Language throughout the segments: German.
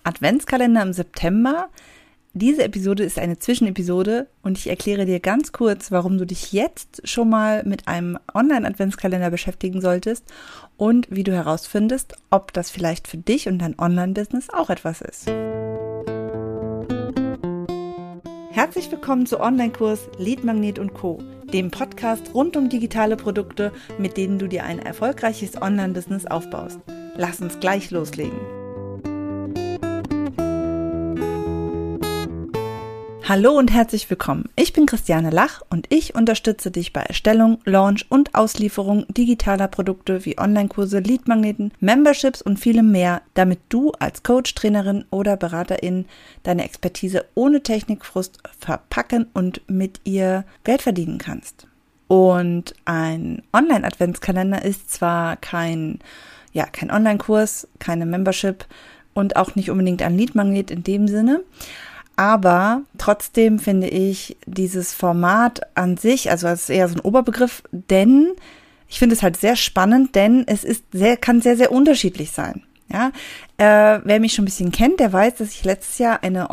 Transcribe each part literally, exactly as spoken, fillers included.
Adventskalender im September. Diese Episode ist eine Zwischenepisode und ich erkläre dir ganz kurz, warum du dich jetzt schon mal mit einem Online-Adventskalender beschäftigen solltest und wie du herausfindest, ob das vielleicht für dich und dein Online-Business auch etwas ist. Herzlich willkommen zu Online-Kurs Lead Magnet und Co., dem Podcast rund um digitale Produkte, mit denen du dir ein erfolgreiches Online-Business aufbaust. Lass uns gleich loslegen. Hallo und herzlich willkommen. Ich bin Christiane Lach und ich unterstütze dich bei Erstellung, Launch und Auslieferung digitaler Produkte wie Online-Kurse, Lead-Magneten, Memberships und vielem mehr, damit du als Coach, Trainerin oder Beraterin deine Expertise ohne Technikfrust verpacken und mit ihr Geld verdienen kannst. Und ein Online-Adventskalender ist zwar kein, ja, kein Online-Kurs, keine Membership und auch nicht unbedingt ein Lead-Magnet in dem Sinne, aber trotzdem finde ich dieses Format an sich, also es ist eher so ein Oberbegriff, denn ich finde es halt sehr spannend, denn es ist sehr, kann sehr, sehr unterschiedlich sein. Ja, äh, wer mich schon ein bisschen kennt, der weiß, dass ich letztes Jahr eine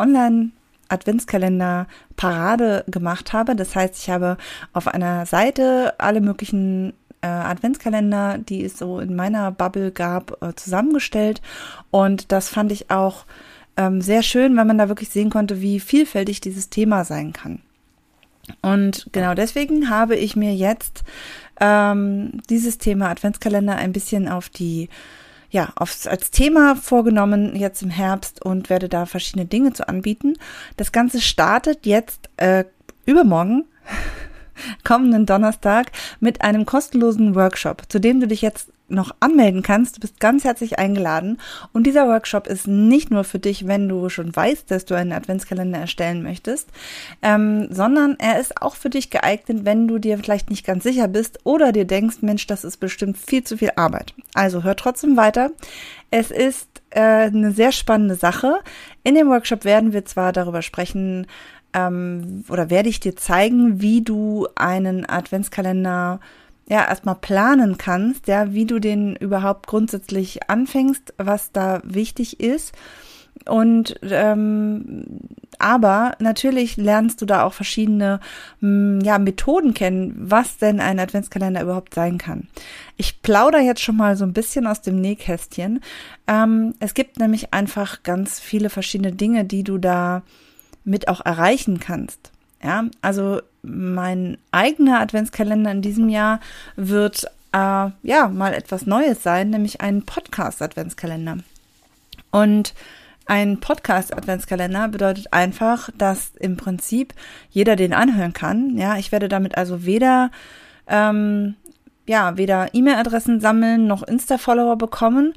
Online-Adventskalender-Parade gemacht habe. Das heißt, ich habe auf einer Seite alle möglichen äh, Adventskalender, die es so in meiner Bubble gab, äh, zusammengestellt. Und das fand ich auch sehr schön, weil man da wirklich sehen konnte, wie vielfältig dieses Thema sein kann. Und genau deswegen habe ich mir jetzt ähm, dieses Thema Adventskalender ein bisschen auf die, ja, aufs, als Thema vorgenommen jetzt im Herbst und werde da verschiedene Dinge zu anbieten. Das Ganze startet jetzt äh, übermorgen, kommenden Donnerstag, mit einem kostenlosen Workshop, zu dem du dich jetzt noch anmelden kannst. Du bist ganz herzlich eingeladen und dieser Workshop ist nicht nur für dich, wenn du schon weißt, dass du einen Adventskalender erstellen möchtest, ähm, sondern er ist auch für dich geeignet, wenn du dir vielleicht nicht ganz sicher bist oder dir denkst, Mensch, das ist bestimmt viel zu viel Arbeit. Also hör trotzdem weiter. Es ist äh, eine sehr spannende Sache. In dem Workshop werden wir zwar darüber sprechen, ähm, oder werde ich dir zeigen, wie du einen Adventskalender ja, erstmal planen kannst, ja, wie du den überhaupt grundsätzlich anfängst, was da wichtig ist. Und ähm, aber natürlich lernst du da auch verschiedene mh, ja, Methoden kennen, was denn ein Adventskalender überhaupt sein kann. Ich plaudere jetzt schon mal so ein bisschen aus dem Nähkästchen. Ähm, es gibt nämlich einfach ganz viele verschiedene Dinge, die du da mit auch erreichen kannst. Ja, also mein eigener Adventskalender in diesem Jahr wird äh, ja mal etwas Neues sein, nämlich ein Podcast-Adventskalender. Und ein Podcast-Adventskalender bedeutet einfach, dass im Prinzip jeder den anhören kann. Ja, ich werde damit also weder ähm, ja weder E-Mail-Adressen sammeln noch Insta-Follower bekommen,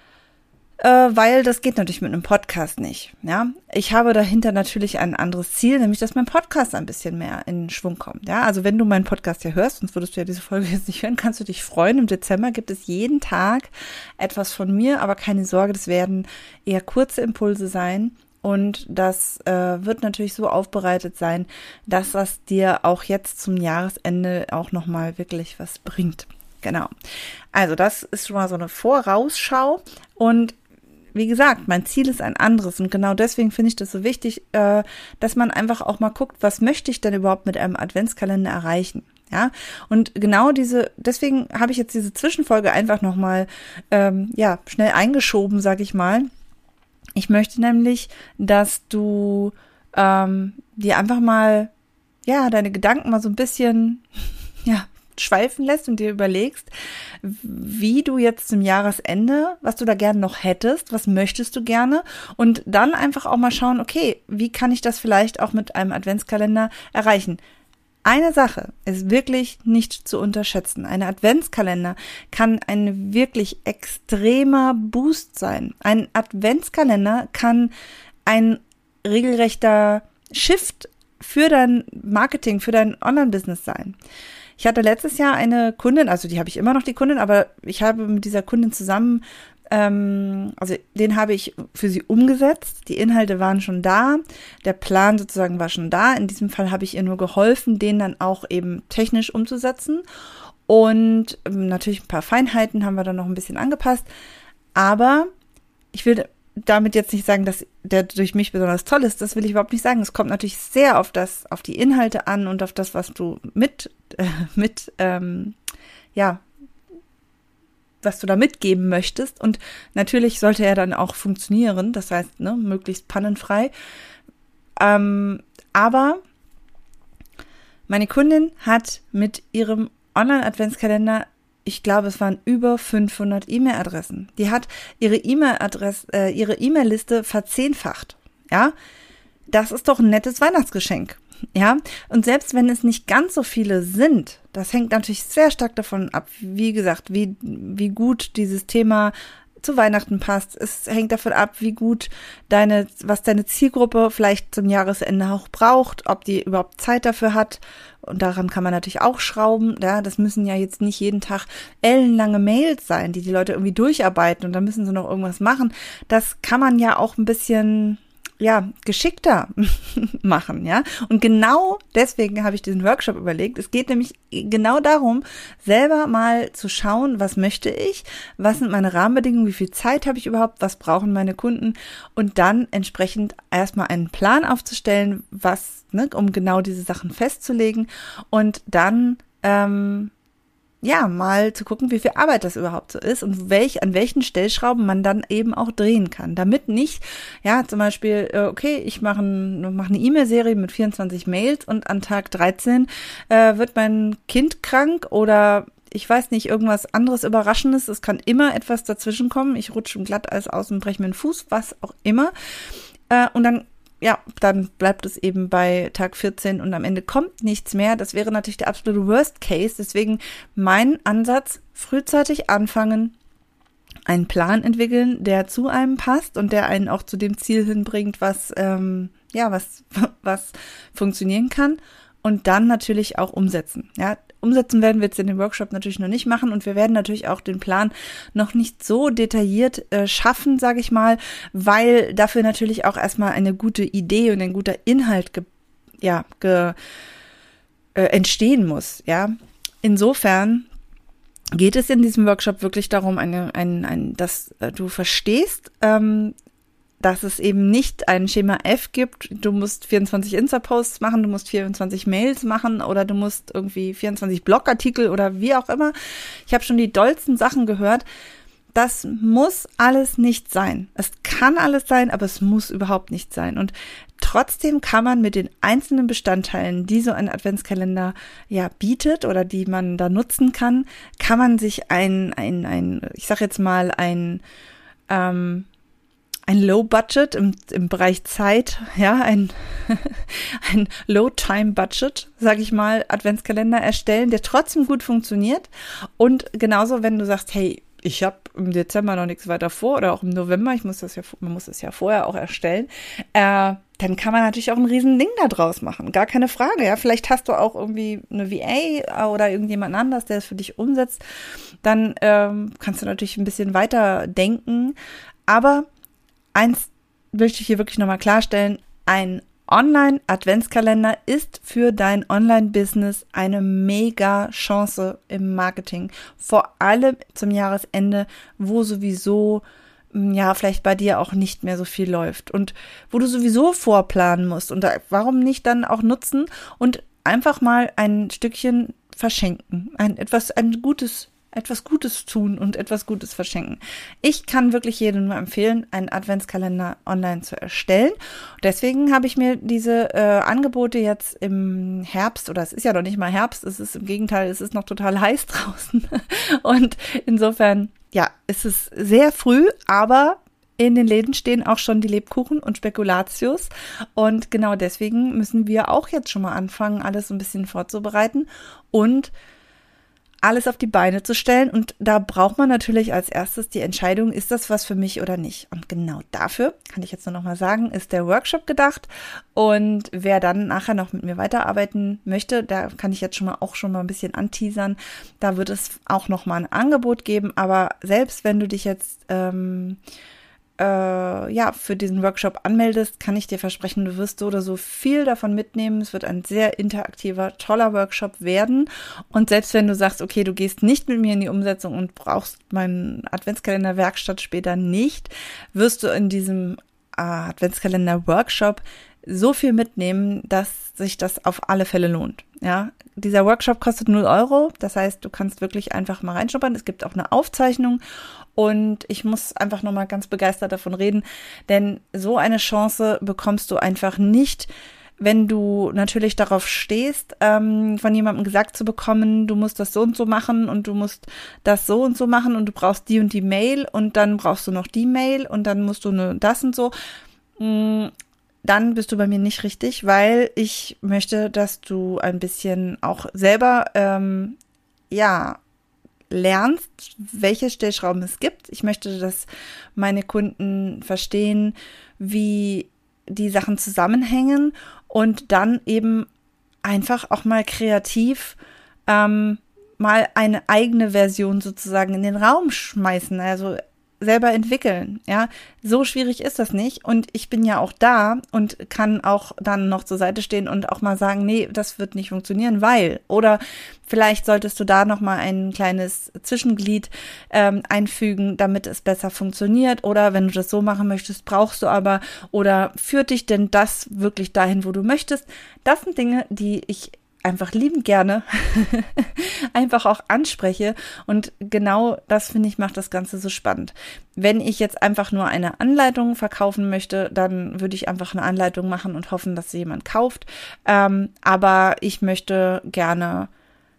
Äh, weil das geht natürlich mit einem Podcast nicht. Ja, ich habe dahinter natürlich ein anderes Ziel, nämlich, dass mein Podcast ein bisschen mehr in Schwung kommt. Ja, also wenn du meinen Podcast ja hörst, sonst würdest du ja diese Folge jetzt nicht hören, kannst du dich freuen. Im Dezember gibt es jeden Tag etwas von mir, aber keine Sorge, das werden eher kurze Impulse sein. Und das äh, wird natürlich so aufbereitet sein, dass das dir auch jetzt zum Jahresende auch nochmal wirklich was bringt. Genau. Also das ist schon mal so eine Vorausschau und wie gesagt, mein Ziel ist ein anderes und genau deswegen finde ich das so wichtig, äh, dass man einfach auch mal guckt, was möchte ich denn überhaupt mit einem Adventskalender erreichen? Ja, und genau diese, deswegen habe ich jetzt diese Zwischenfolge einfach nochmal, ähm, ja, schnell eingeschoben, sag ich mal. Ich möchte nämlich, dass du ähm, dir einfach mal, ja, deine Gedanken mal so ein bisschen, ja, schweifen lässt und dir überlegst, wie du jetzt zum Jahresende, was du da gerne noch hättest, was möchtest du gerne und dann einfach auch mal schauen, okay, wie kann ich das vielleicht auch mit einem Adventskalender erreichen? Eine Sache ist wirklich nicht zu unterschätzen. Ein Adventskalender kann ein wirklich extremer Boost sein. Ein Adventskalender kann ein regelrechter Shift für dein Marketing, für dein Online-Business sein. Ich hatte letztes Jahr eine Kundin, also die habe ich immer noch die Kundin, aber ich habe mit dieser Kundin zusammen, ähm, also den habe ich für sie umgesetzt. Die Inhalte waren schon da, der Plan sozusagen war schon da. In diesem Fall habe ich ihr nur geholfen, den dann auch eben technisch umzusetzen. Und ähm, natürlich ein paar Feinheiten haben wir dann noch ein bisschen angepasst. Aber ich will damit jetzt nicht sagen, dass der durch mich besonders toll ist, das will ich überhaupt nicht sagen. Es kommt natürlich sehr auf das, auf die Inhalte an und auf das, was du mit, äh, mit, ähm, ja, was du da mitgeben möchtest. Und natürlich sollte er dann auch funktionieren, das heißt, ne, möglichst pannenfrei. Ähm, aber meine Kundin hat mit ihrem Online-Adventskalender, ich glaube, es waren über fünfhundert E-Mail-Adressen. Die hat ihre E-Mail-Adresse, äh, ihre E-Mail-Liste verzehnfacht. Ja, das ist doch ein nettes Weihnachtsgeschenk. Ja, und selbst wenn es nicht ganz so viele sind, das hängt natürlich sehr stark davon ab, wie gesagt, wie, wie gut dieses Thema zu Weihnachten passt. Es hängt davon ab, wie gut deine, was deine Zielgruppe vielleicht zum Jahresende auch braucht, ob die überhaupt Zeit dafür hat. Und daran kann man natürlich auch schrauben. Ja, das müssen ja jetzt nicht jeden Tag ellenlange Mails sein, die die Leute irgendwie durcharbeiten und dann müssen sie noch irgendwas machen. Das kann man ja auch ein bisschen, ja, geschickter machen, ja. Und genau deswegen habe ich diesen Workshop überlegt. Es geht nämlich genau darum, selber mal zu schauen, was möchte ich, was sind meine Rahmenbedingungen, wie viel Zeit habe ich überhaupt, was brauchen meine Kunden und dann entsprechend erstmal einen Plan aufzustellen, was, ne, um genau diese Sachen festzulegen und dann, ähm, ja, mal zu gucken, wie viel Arbeit das überhaupt so ist und welch, an welchen Stellschrauben man dann eben auch drehen kann. Damit nicht, ja, zum Beispiel, okay, ich mache ein, mach eine E-Mail-Serie mit vierundzwanzig Mails und an Tag dreizehn äh, wird mein Kind krank oder ich weiß nicht, irgendwas anderes Überraschendes. Es kann immer etwas dazwischen kommen. Ich rutsche im Glatteis aus und breche mir den Fuß, was auch immer. Äh, und dann ja, dann bleibt es eben bei Tag vierzehn und am Ende kommt nichts mehr. Das wäre natürlich der absolute Worst Case. Deswegen mein Ansatz, frühzeitig anfangen, einen Plan entwickeln, der zu einem passt und der einen auch zu dem Ziel hinbringt, was, ähm, ja, was, was funktionieren kann und dann natürlich auch umsetzen. Ja, umsetzen werden wir jetzt in dem Workshop natürlich noch nicht machen und wir werden natürlich auch den Plan noch nicht so detailliert äh, schaffen, sage ich mal, weil dafür natürlich auch erstmal eine gute Idee und ein guter Inhalt ge, ja, ge, äh, entstehen muss. Ja, insofern geht es in diesem Workshop wirklich darum, eine, ein, ein, dass äh, du verstehst, ähm, dass es eben nicht ein Schema F gibt, du musst vierundzwanzig Insta-Posts machen, du musst vierundzwanzig Mails machen oder du musst irgendwie vierundzwanzig Blogartikel oder wie auch immer. Ich habe schon die dollsten Sachen gehört. Das muss alles nicht sein. Es kann alles sein, aber es muss überhaupt nicht sein. Und trotzdem kann man mit den einzelnen Bestandteilen, die so ein Adventskalender ja bietet oder die man da nutzen kann, kann man sich ein, ein, ein ich sag jetzt mal ein, ähm, ein Low-Budget im, im Bereich Zeit, ja, ein, ein Low-Time-Budget, sage ich mal, Adventskalender erstellen, der trotzdem gut funktioniert. Und genauso, wenn du sagst, hey, ich habe im Dezember noch nichts weiter vor oder auch im November, ich muss das ja, man muss es ja vorher auch erstellen, äh, dann kann man natürlich auch ein riesen Ding da draus machen, gar keine Frage, ja, vielleicht hast du auch irgendwie eine V A oder irgendjemand anders, der es für dich umsetzt, dann ähm, kannst du natürlich ein bisschen weiter denken, aber eins möchte ich hier wirklich nochmal klarstellen, ein Online-Adventskalender ist für dein Online-Business eine mega Chance im Marketing. Vor allem zum Jahresende, wo sowieso, ja, vielleicht bei dir auch nicht mehr so viel läuft und wo du sowieso vorplanen musst. Und da, warum nicht dann auch nutzen und einfach mal ein Stückchen verschenken, ein etwas, ein gutes etwas Gutes tun und etwas Gutes verschenken. Ich kann wirklich jedem nur empfehlen, einen Adventskalender online zu erstellen. Deswegen habe ich mir diese äh, Angebote jetzt im Herbst, oder es ist ja noch nicht mal Herbst, es ist im Gegenteil, es ist noch total heiß draußen. Und insofern, ja, es ist sehr früh, aber in den Läden stehen auch schon die Lebkuchen und Spekulatius. Und genau deswegen müssen wir auch jetzt schon mal anfangen, alles so ein bisschen vorzubereiten und alles auf die Beine zu stellen. Und da braucht man natürlich als erstes die Entscheidung, ist das was für mich oder nicht? Und genau dafür, kann ich jetzt nur noch mal sagen, ist der Workshop gedacht. Und wer dann nachher noch mit mir weiterarbeiten möchte, da kann ich jetzt schon mal auch schon mal ein bisschen anteasern. Da wird es auch noch mal ein Angebot geben. Aber selbst wenn du dich jetzt ähm, äh, ja, für diesen Workshop anmeldest, kann ich dir versprechen, du wirst so oder so viel davon mitnehmen. Es wird ein sehr interaktiver, toller Workshop werden. Und selbst wenn du sagst, okay, du gehst nicht mit mir in die Umsetzung und brauchst meinen Adventskalender-Werkstatt später nicht, wirst du in diesem äh, Adventskalender-Workshop so viel mitnehmen, dass sich das auf alle Fälle lohnt. Ja, dieser Workshop kostet null Euro. Das heißt, du kannst wirklich einfach mal reinschnuppern. Es gibt auch eine Aufzeichnung. Und ich muss einfach nochmal ganz begeistert davon reden, denn so eine Chance bekommst du einfach nicht, wenn du natürlich darauf stehst, ähm, von jemandem gesagt zu bekommen, du musst das so und so machen und du musst das so und so machen und du brauchst die und die Mail und dann brauchst du noch die Mail und dann musst du ne, das und so. Dann bist du bei mir nicht richtig, weil ich möchte, dass du ein bisschen auch selber, ähm, ja, lernst, welche Stellschrauben es gibt. Ich möchte, dass meine Kunden verstehen, wie die Sachen zusammenhängen und dann eben einfach auch mal kreativ ähm, mal eine eigene Version sozusagen in den Raum schmeißen, also selber entwickeln, ja. So schwierig ist das nicht und ich bin ja auch da und kann auch dann noch zur Seite stehen und auch mal sagen, nee, das wird nicht funktionieren, weil, oder vielleicht solltest du da noch mal ein kleines Zwischenglied ähm, einfügen, damit es besser funktioniert, oder wenn du das so machen möchtest, brauchst du aber, oder führt dich denn das wirklich dahin, wo du möchtest? Das sind Dinge, die ich einfach liebend gerne einfach auch anspreche und genau das, finde ich, macht das Ganze so spannend. Wenn ich jetzt einfach nur eine Anleitung verkaufen möchte, dann würde ich einfach eine Anleitung machen und hoffen, dass sie jemand kauft, ähm, aber ich möchte gerne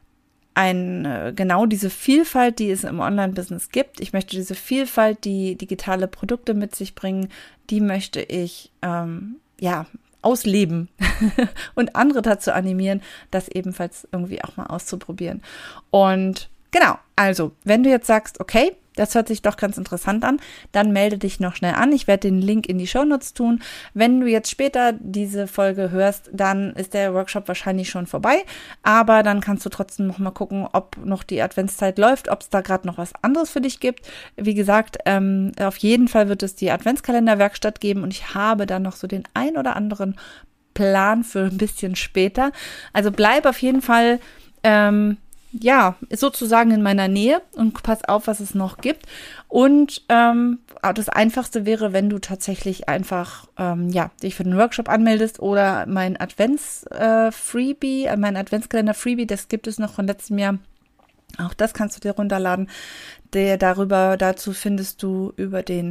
ein, genau diese Vielfalt, die es im Online-Business gibt, ich möchte diese Vielfalt, die digitale Produkte mit sich bringen, die möchte ich, ähm, ja, ausleben und andere dazu animieren, das ebenfalls irgendwie auch mal auszuprobieren. Und genau, also, wenn du jetzt sagst, okay, das hört sich doch ganz interessant an, dann melde dich noch schnell an. Ich werde den Link in die Shownotes tun. Wenn du jetzt später diese Folge hörst, dann ist der Workshop wahrscheinlich schon vorbei, aber dann kannst du trotzdem noch mal gucken, ob noch die Adventszeit läuft, ob es da gerade noch was anderes für dich gibt. Wie gesagt, ähm, auf jeden Fall wird es die Adventskalenderwerkstatt geben und ich habe dann noch so den ein oder anderen Plan für ein bisschen später. Also bleib auf jeden Fall ähm, ja, sozusagen in meiner Nähe und pass auf, was es noch gibt. Und ähm, das Einfachste wäre, wenn du tatsächlich einfach ähm, ja dich für den Workshop anmeldest oder mein Advents-Freebie, äh, mein Adventskalender-Freebie, das gibt es noch von letztem Jahr. Auch das kannst du dir runterladen. Der darüber, dazu findest du über den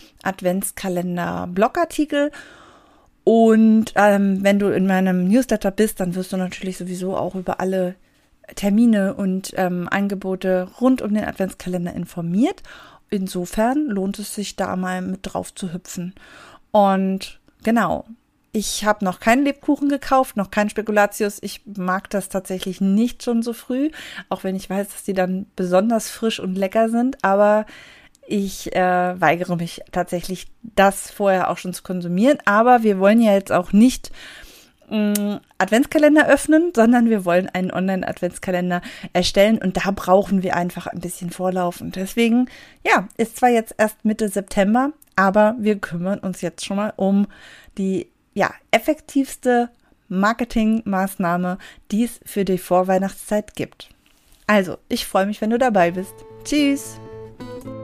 Adventskalender-Blogartikel. Und ähm, wenn du in meinem Newsletter bist, dann wirst du natürlich sowieso auch über alle Termine und ähm, Angebote rund um den Adventskalender informiert. Insofern lohnt es sich, da mal mit drauf zu hüpfen. Und genau, ich habe noch keinen Lebkuchen gekauft, noch keinen Spekulatius. Ich mag das tatsächlich nicht schon so früh, auch wenn ich weiß, dass die dann besonders frisch und lecker sind. Aber ich äh, weigere mich tatsächlich, das vorher auch schon zu konsumieren. Aber wir wollen ja jetzt auch nicht Adventskalender öffnen, sondern wir wollen einen Online-Adventskalender erstellen und da brauchen wir einfach ein bisschen Vorlauf und deswegen, ja, ist zwar jetzt erst Mitte September, aber wir kümmern uns jetzt schon mal um die, ja, effektivste Marketingmaßnahme, die es für die Vorweihnachtszeit gibt. Also, ich freue mich, wenn du dabei bist. Tschüss!